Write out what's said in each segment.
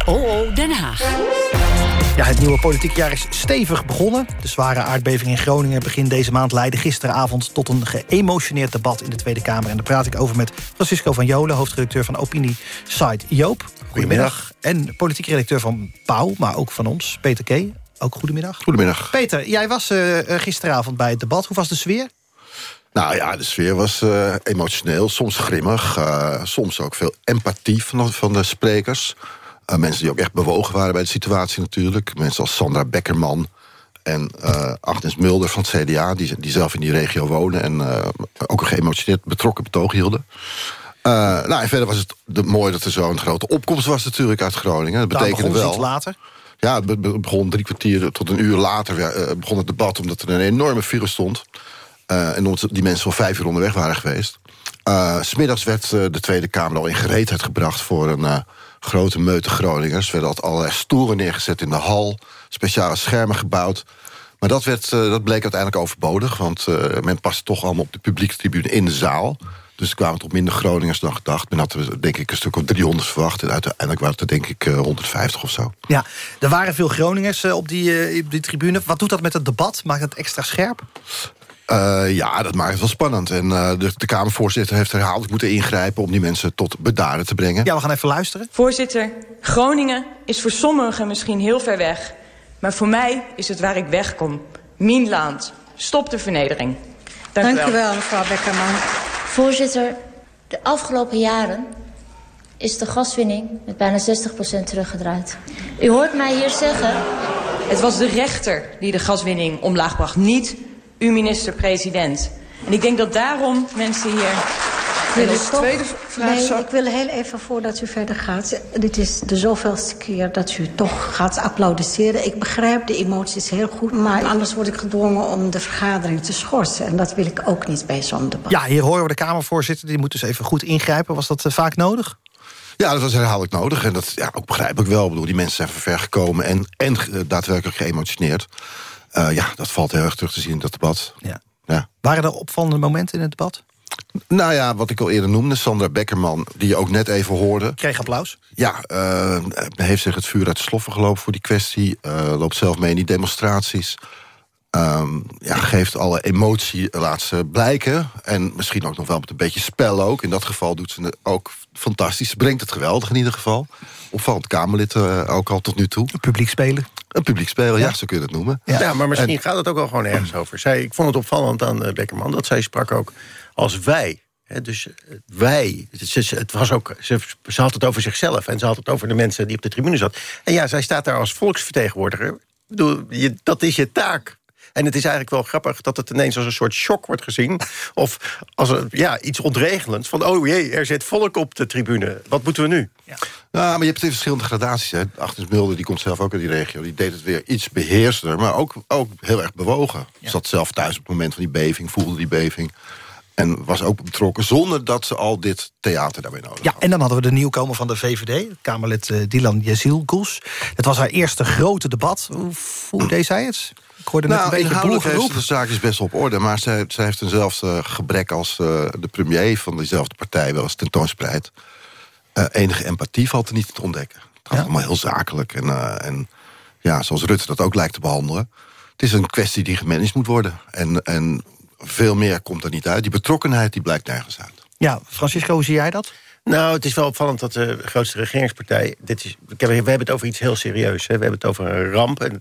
OO Den Haag. Ja, het nieuwe politieke jaar is stevig begonnen. De zware aardbeving in Groningen begin deze maand leidde gisteravond tot een geëmotioneerd debat in de Tweede Kamer. En daar praat ik over met Francisco van Jolen, hoofdredacteur van opiniesite Joop. Goedemiddag. En politiek redacteur van Pauw, maar ook van ons, Peter K. Ook goedemiddag. Goedemiddag. Peter, jij was gisteravond bij het debat. Hoe was de sfeer? Nou ja, de sfeer was emotioneel, soms grimmig. Soms ook veel empathie van de sprekers. Mensen die ook echt bewogen waren bij de situatie natuurlijk. Mensen als Sandra Beckerman en Agnes Mulder van het CDA... die zelf in die regio wonen en ook een geëmotioneerd betrokken betoog hielden. En verder was het mooi dat er zo'n grote opkomst was natuurlijk uit Groningen. Dat betekende wel. Iets later? Ja, het begon 3 kwartier tot een uur later begon het debat... omdat er een enorme file stond. En omdat die mensen al 5 uur onderweg waren geweest. 's Middags werd de Tweede Kamer al in gereedheid gebracht... voor een grote meute Groningers. Er werden allerlei stoelen neergezet in de hal. Speciale schermen gebouwd. Maar dat bleek uiteindelijk overbodig. Want men paste toch allemaal op de publiekstribune in de zaal. Dus er kwamen toch minder Groningers dan gedacht. Men had er denk ik een stuk of 300 verwacht. En uiteindelijk waren het er denk ik 150 of zo. Ja, er waren veel Groningers op die tribune. Wat doet dat met het debat? Maakt het extra scherp? Ja, dat maakt het wel spannend. En de Kamervoorzitter heeft herhaaldelijk moeten ingrijpen... om die mensen tot bedaren te brengen. Ja, we gaan even luisteren. Voorzitter, Groningen is voor sommigen misschien heel ver weg. Maar voor mij is het waar ik wegkom. Mienland. Stop de vernedering. Dank u wel, mevrouw Beckerman. Voorzitter, de afgelopen jaren is de gaswinning met bijna 60% teruggedraaid. U hoort mij hier zeggen... Het was de rechter die de gaswinning omlaag bracht, niet uw minister-president. En ik denk dat daarom mensen hier... tweede vraag. Nee, ik wil heel even voordat u verder gaat. Dit is de zoveelste keer dat u toch gaat applaudisseren. Ik begrijp de emoties heel goed, maar anders word ik gedwongen om de vergadering te schorsen. En dat wil ik ook niet bij zo'n debat. Ja, hier horen we de Kamervoorzitter, die moet dus even goed ingrijpen. Was dat vaak nodig? Ja, dat was herhaaldelijk nodig. En dat ook begrijp ik wel. Ik bedoel, die mensen zijn van ver gekomen en daadwerkelijk geëmotioneerd. Dat valt heel erg terug te zien in dat debat. Ja. Waren er opvallende momenten in het debat? Nou ja, wat ik al eerder noemde, Sandra Beckerman... die je ook net even hoorde. Kreeg applaus? Ja, heeft zich het vuur uit de sloffen gelopen voor die kwestie. Loopt zelf mee in die demonstraties. Geeft alle emotie, laat ze blijken. En misschien ook nog wel met een beetje spel ook. In dat geval doet ze het ook fantastisch. Ze brengt het geweldig in ieder geval. Opvallend Kamerlid ook al tot nu toe. Een publiek speler. Een publiek speler, ja, zo kun je het noemen. Ja, maar misschien gaat het ook wel gewoon ergens over. Ik vond het opvallend aan Beckerman dat zij sprak ook als wij. Dus wij, het was ook, ze had het over zichzelf en ze had het over de mensen die op de tribune zaten. En ja, zij staat daar als volksvertegenwoordiger. Ik bedoel, dat is je taak. En het is eigenlijk wel grappig dat het ineens als een soort shock wordt gezien. Of als iets ontregelends. Van, oh jee, er zit volk op de tribune. Wat moeten we nu? Ja. Nou, maar je hebt het in verschillende gradaties. Hè. Agnes Mulder, die komt zelf ook uit die regio. Die deed het weer iets beheerster, maar ook heel erg bewogen. Ze zat zelf thuis op het moment van die beving, voelde die beving. En was ook betrokken, zonder dat ze al dit theater daarbij nodig had. Ja, en dan hadden we de nieuwkomer van de VVD, Kamerlid Dilan Yazilgous. Het was haar eerste grote debat. Hoe deed zij het? Ik hoorde net een beetje boelgeroep. De zaak is best op orde, maar zij heeft eenzelfde gebrek als de premier van diezelfde partij wel eens tentoonspreid. Enige empathie valt er niet te ontdekken. Het gaat allemaal heel zakelijk. En zoals Rutte dat ook lijkt te behandelen. Het is een kwestie die gemanaged moet worden. En veel meer komt er niet uit. Die betrokkenheid die blijkt nergens uit. Ja, Francisco, hoe zie jij dat? Nou, het is wel opvallend dat de grootste regeringspartij... We hebben het over iets heel serieus. Hè? We hebben het over een ramp. En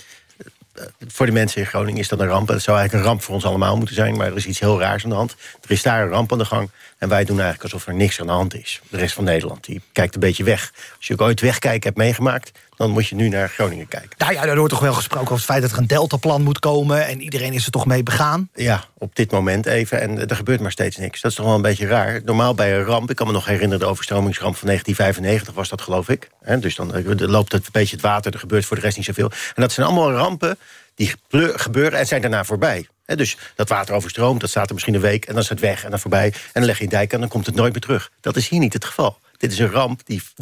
voor de mensen in Groningen is dat een ramp. En het zou eigenlijk een ramp voor ons allemaal moeten zijn. Maar er is iets heel raars aan de hand. Er is daar een ramp aan de gang. En wij doen eigenlijk alsof er niks aan de hand is. De rest van Nederland die kijkt een beetje weg. Als je ook ooit wegkijken hebt meegemaakt... dan moet je nu naar Groningen kijken. Nou ja, er wordt toch wel gesproken over het feit dat er een deltaplan moet komen... en iedereen is er toch mee begaan? Ja, op dit moment even. En er gebeurt maar steeds niks. Dat is toch wel een beetje raar. Normaal bij een ramp, ik kan me nog herinneren... de overstromingsramp van 1995 was dat, geloof ik. Dus dan loopt het een beetje het water, er gebeurt voor de rest niet zoveel. En dat zijn allemaal rampen die gebeuren en zijn daarna voorbij. Dus dat water overstroomt, dat staat er misschien een week... en dan is het weg en dan voorbij. En dan leg je een dijk en dan komt het nooit meer terug. Dat is hier niet het geval. Dit is een ramp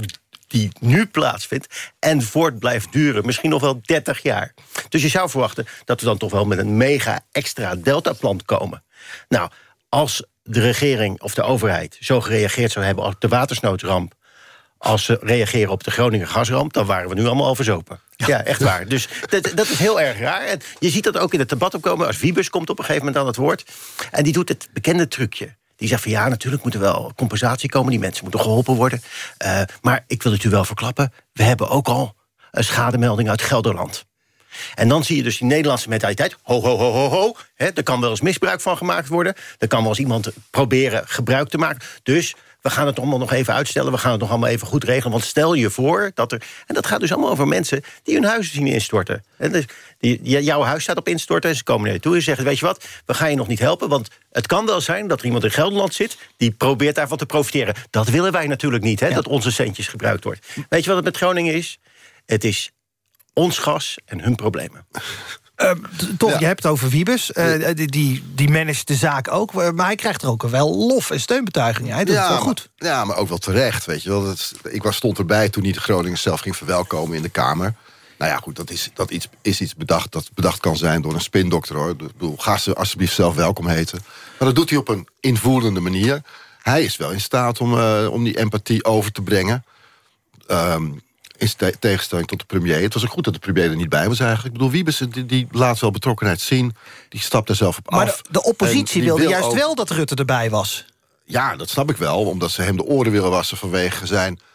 die nu plaatsvindt en voort blijft duren. Misschien nog wel 30 jaar. Dus je zou verwachten dat we dan toch wel met een mega extra deltaplan komen. Nou, als de regering of de overheid zo gereageerd zou hebben op de watersnoodramp... als ze reageren op de Groninger gasramp, dan waren we nu allemaal overzopen. Ja, echt waar. Dus dat is heel erg raar. En je ziet dat ook in het debat opkomen. Als Wiebes komt op een gegeven moment aan het woord. En die doet het bekende trucje. Die zegt van ja, natuurlijk moet er wel compensatie komen. Die mensen moeten geholpen worden. Maar ik wil het u wel verklappen. We hebben ook al een schademelding uit Gelderland. En dan zie je dus die Nederlandse mentaliteit. Ho, ho, ho, ho, ho. Er kan wel eens misbruik van gemaakt worden. Er kan wel eens iemand proberen gebruik te maken. Dus we gaan het allemaal nog even uitstellen. We gaan het nog allemaal even goed regelen. Want stel je voor dat er... En dat gaat dus allemaal over mensen die hun huizen zien instorten. En dus jouw huis staat op instorten en ze komen naar je toe en zeggen, weet je wat, we gaan je nog niet helpen, want het kan wel zijn dat er iemand in Gelderland zit die probeert daarvan te profiteren. Dat willen wij natuurlijk niet, dat onze centjes gebruikt wordt. Weet je wat het met Groningen is? Het is ons gas en hun problemen. Je hebt het over Wiebes. Die managt de zaak ook. Maar hij krijgt er ook wel lof en steunbetuigingen. Hij doet het wel goed. Ja, maar ook wel terecht. Weet je wel. Ik stond erbij toen hij de Groningers zelf ging verwelkomen in de Kamer. Nou ja, goed, dat is iets bedacht dat bedacht kan zijn door een spindokter, hoor. Ik bedoel, ga ze alsjeblieft zelf welkom heten. Maar dat doet hij op een invoerende manier. Hij is wel in staat om die empathie over te brengen. In tegenstelling tot de premier. Het was ook goed dat de premier er niet bij was eigenlijk. Ik bedoel, Wiebes die laat wel betrokkenheid zien. Die stapt er zelf op af. Maar de oppositie wilde juist wel dat Rutte erbij was. Ja, dat snap ik wel. Omdat ze hem de oren willen wassen vanwege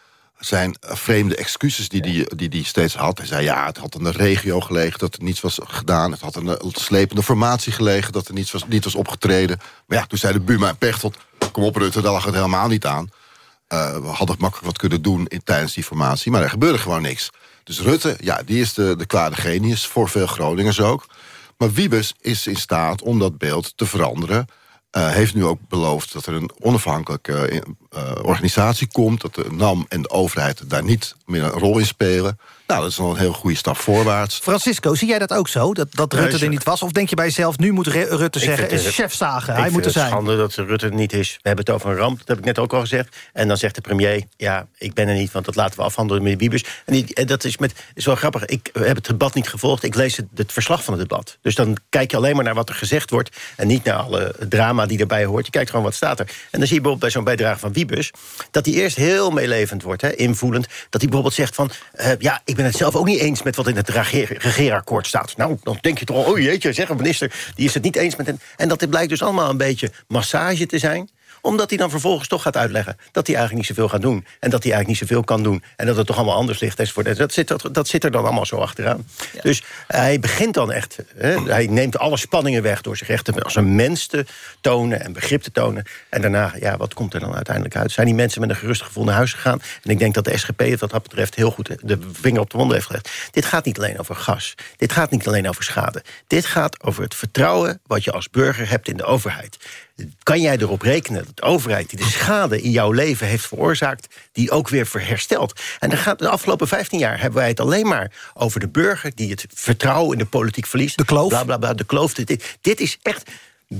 zijn vreemde excuses die steeds had. Hij zei, ja, het had aan de regio gelegen dat er niets was gedaan. Het had aan de slepende formatie gelegen dat er niet was opgetreden. Maar ja, toen zei de Buma en Pechtold, kom op Rutte, daar lag het helemaal niet aan. We hadden makkelijk wat kunnen doen tijdens die formatie, maar er gebeurde gewoon niks. Dus Rutte, ja, die is de kwade genius, voor veel Groningers ook. Maar Wiebes is in staat om dat beeld te veranderen. Heeft nu ook beloofd dat er een onafhankelijke organisatie komt, dat de NAM en de overheid daar niet meer een rol in spelen. Nou, dat is al een heel goede stap voorwaarts. Francisco, zie jij dat ook zo? Dat Rutte er niet was? Of denk je bij jezelf, nu moet Rutte zeggen, is chefzagen, hij moet er zijn? Ik vind het schande dat Rutte er niet is. We hebben het over een ramp, dat heb ik net ook al gezegd. En dan zegt de premier, ja, ik ben er niet, want dat laten we afhandelen met Wiebes. En dat is wel grappig. Ik heb het debat niet gevolgd. Ik lees het verslag van het debat. Dus dan kijk je alleen maar naar wat er gezegd wordt en niet naar alle drama die erbij hoort. Je kijkt gewoon wat staat er. En dan zie je bijvoorbeeld bij zo'n bijdrage van Wiebes dat hij eerst heel meelevend wordt, invoelend. Dat hij bijvoorbeeld zegt van, ja, ik ben het zelf ook niet eens met wat in het regeerakkoord staat. Nou, dan denk je toch, oh jeetje, zeg, een minister die is het niet eens met hem. En dat dit blijkt dus allemaal een beetje massage te zijn, omdat hij dan vervolgens toch gaat uitleggen dat hij eigenlijk niet zoveel gaat doen. En dat hij eigenlijk niet zoveel kan doen. En dat het toch allemaal anders ligt. Dat zit er dan allemaal zo achteraan. Ja. Dus hij begint dan echt, hij neemt alle spanningen weg door zich echt als een mens te tonen en begrip te tonen. En daarna, ja, wat komt er dan uiteindelijk uit? Zijn die mensen met een gerust gevoel naar huis gegaan? En ik denk dat de SGP wat dat betreft heel goed de vinger op de wond heeft gelegd. Dit gaat niet alleen over gas. Dit gaat niet alleen over schade. Dit gaat over het vertrouwen wat je als burger hebt in de overheid. Kan jij erop rekenen dat de overheid die de schade in jouw leven heeft veroorzaakt, die ook weer herstelt? En de afgelopen 15 jaar hebben wij het alleen maar over de burger die het vertrouwen in de politiek verliest. De kloof. Bla, bla, bla, de kloof. Dit is echt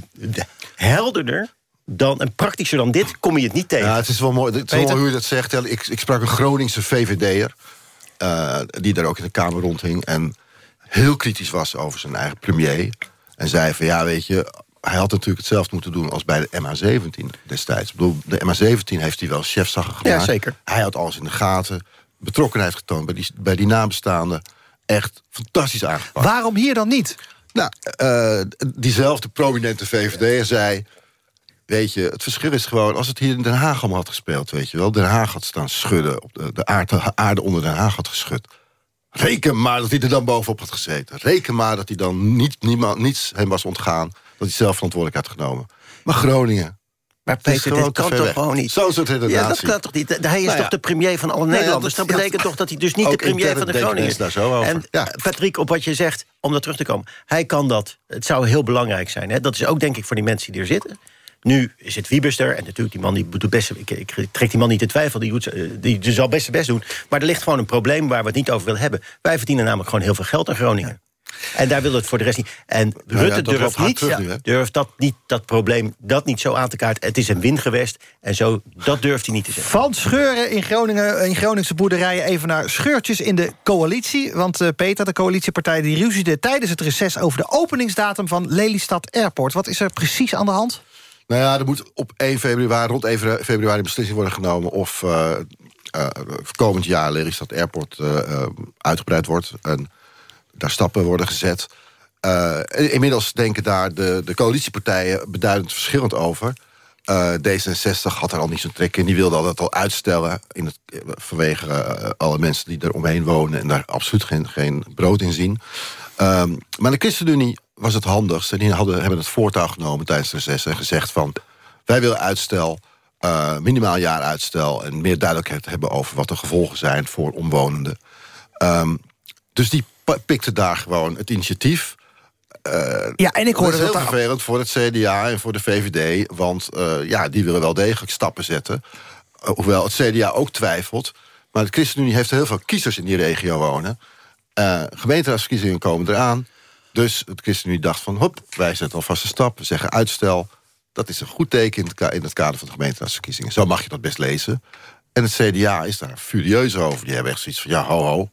helderder dan en praktischer dan dit kom je het niet tegen. Ja, het is wel mooi, hoe je dat zegt. Ik sprak een Groningse VVD'er die daar ook in de Kamer rondhing en heel kritisch was over zijn eigen premier. En zei van, ja, weet je, hij had natuurlijk hetzelfde moeten doen als bij de MH17 destijds. Ik bedoel, de MH17 heeft hij wel chefzagger gemaakt. Ja, zeker. Hij had alles in de gaten, betrokkenheid getoond bij die nabestaanden. Echt fantastisch aangepakt. Waarom hier dan niet? Nou, diezelfde prominente VVD'er zei, weet je, het verschil is gewoon, als het hier in Den Haag allemaal had gespeeld, weet je wel, Den Haag had staan schudden, op de aarde onder Den Haag had geschud. Reken maar dat hij er dan bovenop had gezeten. Reken maar dat hij dan niets hem was ontgaan, dat hij zelf verantwoordelijkheid had genomen. Maar Groningen, maar Peter, dit kan toch gewoon niet? Zo'n soort redenatie. Ja, dat kan toch niet? Hij is toch de premier van alle Nederlanders? Dat betekent toch dat hij dus niet de premier van de Groningen is? Daar zo over. En Patrick, op wat je zegt, om daar terug te komen, hij kan dat. Het zou heel belangrijk zijn. Hè? Dat is ook, denk ik, voor die mensen die er zitten. Nu zit Wiebes er, en natuurlijk die man die doet best. Ik trek die man niet in twijfel, die zal best zijn best doen. Maar er ligt gewoon een probleem waar we het niet over willen hebben. Wij verdienen namelijk gewoon heel veel geld in Groningen. En daar wil het voor de rest niet. En Rutte durft dat probleem niet zo aan te kaarten. Het is een wingewest en zo, dat durft hij niet te zeggen. Van scheuren in Groningen, in Groningse boerderijen, even naar scheurtjes in de coalitie. Want Peter, de coalitiepartij, die ruziede tijdens het reces over de openingsdatum van Lelystad Airport. Wat is er precies aan de hand? Nou ja, er moet op rond 1 februari beslissing worden genomen of komend jaar Lelystad Airport uitgebreid wordt. En daar stappen worden gezet. Inmiddels denken daar de coalitiepartijen beduidend verschillend over. D66 had er al niet zo'n trek in. Die wilde dat al uitstellen vanwege alle mensen die er omheen wonen en daar absoluut geen brood in zien. Maar de ChristenUnie was het handigst. En die hebben het voortouw genomen tijdens de reces en gezegd van, wij willen uitstel, minimaal een jaar uitstel en meer duidelijkheid hebben over wat de gevolgen zijn voor omwonenden. Dus die pikte daar gewoon het initiatief. En ik hoorde dat is heel vervelend voor het CDA en voor de VVD, want die willen wel degelijk stappen zetten. Hoewel het CDA ook twijfelt. Maar de ChristenUnie heeft heel veel kiezers in die regio wonen. Gemeenteraadsverkiezingen komen eraan. Dus het ChristenUnie dacht van, wij zetten alvast een stap. We zeggen uitstel. Dat is een goed teken in het kader van de gemeenteraadsverkiezingen. Zo mag je dat best lezen. En het CDA is daar furieus over. Die hebben echt zoiets van, ho.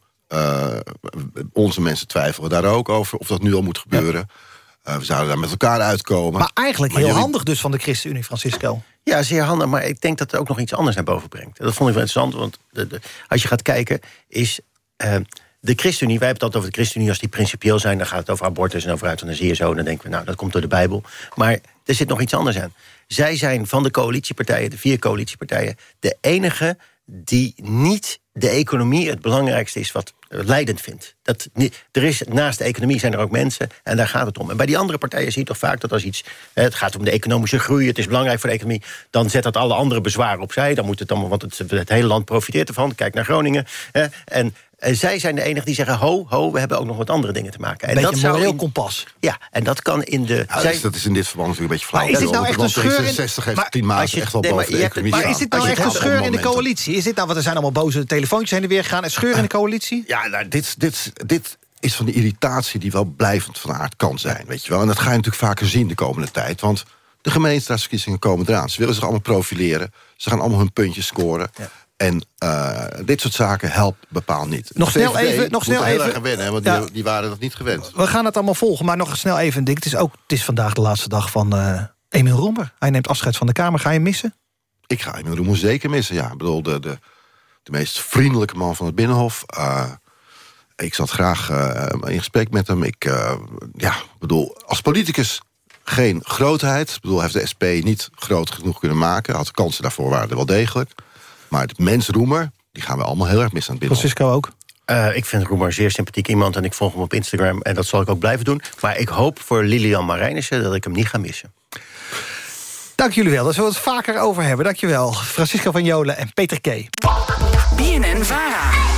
Onze mensen twijfelen daar ook over of dat nu al moet gebeuren. We zouden daar met elkaar uitkomen. Maar eigenlijk heel handig dus van de ChristenUnie, Francisco. Ja, zeer handig, maar ik denk dat er ook nog iets anders naar boven brengt. Dat vond ik wel interessant, want als je gaat kijken, is de ChristenUnie, wij hebben het altijd over de ChristenUnie als die principieel zijn, dan gaat het over abortus en over euthanasie en zo, dan denken we, nou, dat komt door de Bijbel. Maar er zit nog iets anders aan. Zij zijn van de coalitiepartijen, de 4 coalitiepartijen, de enige die niet de economie het belangrijkste is wat leidend vindt. Naast de economie zijn er ook mensen en daar gaat het om. En bij die andere partijen zie je toch vaak dat als iets, het gaat om de economische groei, het is belangrijk voor de economie, dan zet dat alle andere bezwaren opzij. Dan moet het allemaal, want het hele land profiteert ervan. Kijk naar Groningen. En zij zijn de enige die zeggen, we hebben ook nog wat andere dingen te maken. En dat moreel kompas. Ja, en dat kan in de... dat is in dit verband natuurlijk een beetje flauw. Maar is dit nou echt een scheur in... 60 heeft 10 maanden echt wel boven de economie. Maar is dit nou echt een scheur in de coalitie? Is dit nou, want er zijn allemaal boze telefoontjes heen en weer gegaan, een scheur in de coalitie? Ja, nou, dit is van de irritatie die wel blijvend van aard kan zijn, weet je wel. En dat ga je natuurlijk vaker zien de komende tijd, want de gemeenteraadsverkiezingen komen eraan. Ze willen zich allemaal profileren. Ze gaan allemaal hun puntjes scoren. Ja. En dit soort zaken helpt bepaald niet. Nog snel even. Heel erg gewinnen, want die waren dat niet gewend. We gaan het allemaal volgen, maar nog snel even een ding. Het is vandaag de laatste dag van Emiel Roemer. Hij neemt afscheid van de Kamer. Ga je hem missen? Ik ga Emiel Roemer zeker missen, ja. Ik bedoel, de meest vriendelijke man van het Binnenhof. Ik zat graag in gesprek met hem. Ik bedoel, als politicus geen grootheid. Ik bedoel, hij heeft de SP niet groot genoeg kunnen maken. Had de kansen daarvoor waren er wel degelijk. Maar de mens Roemer, die gaan we allemaal heel erg missen aan het Binnenhof. Francisco ook? Ik vind Roemer zeer sympathiek iemand en ik volg hem op Instagram. En dat zal ik ook blijven doen. Maar ik hoop voor Lilian Marijnissen dat ik hem niet ga missen. Dank jullie wel, daar zullen we het vaker over hebben. Dank je wel, Francisco van Jolen en Peter K. BNN-VARA.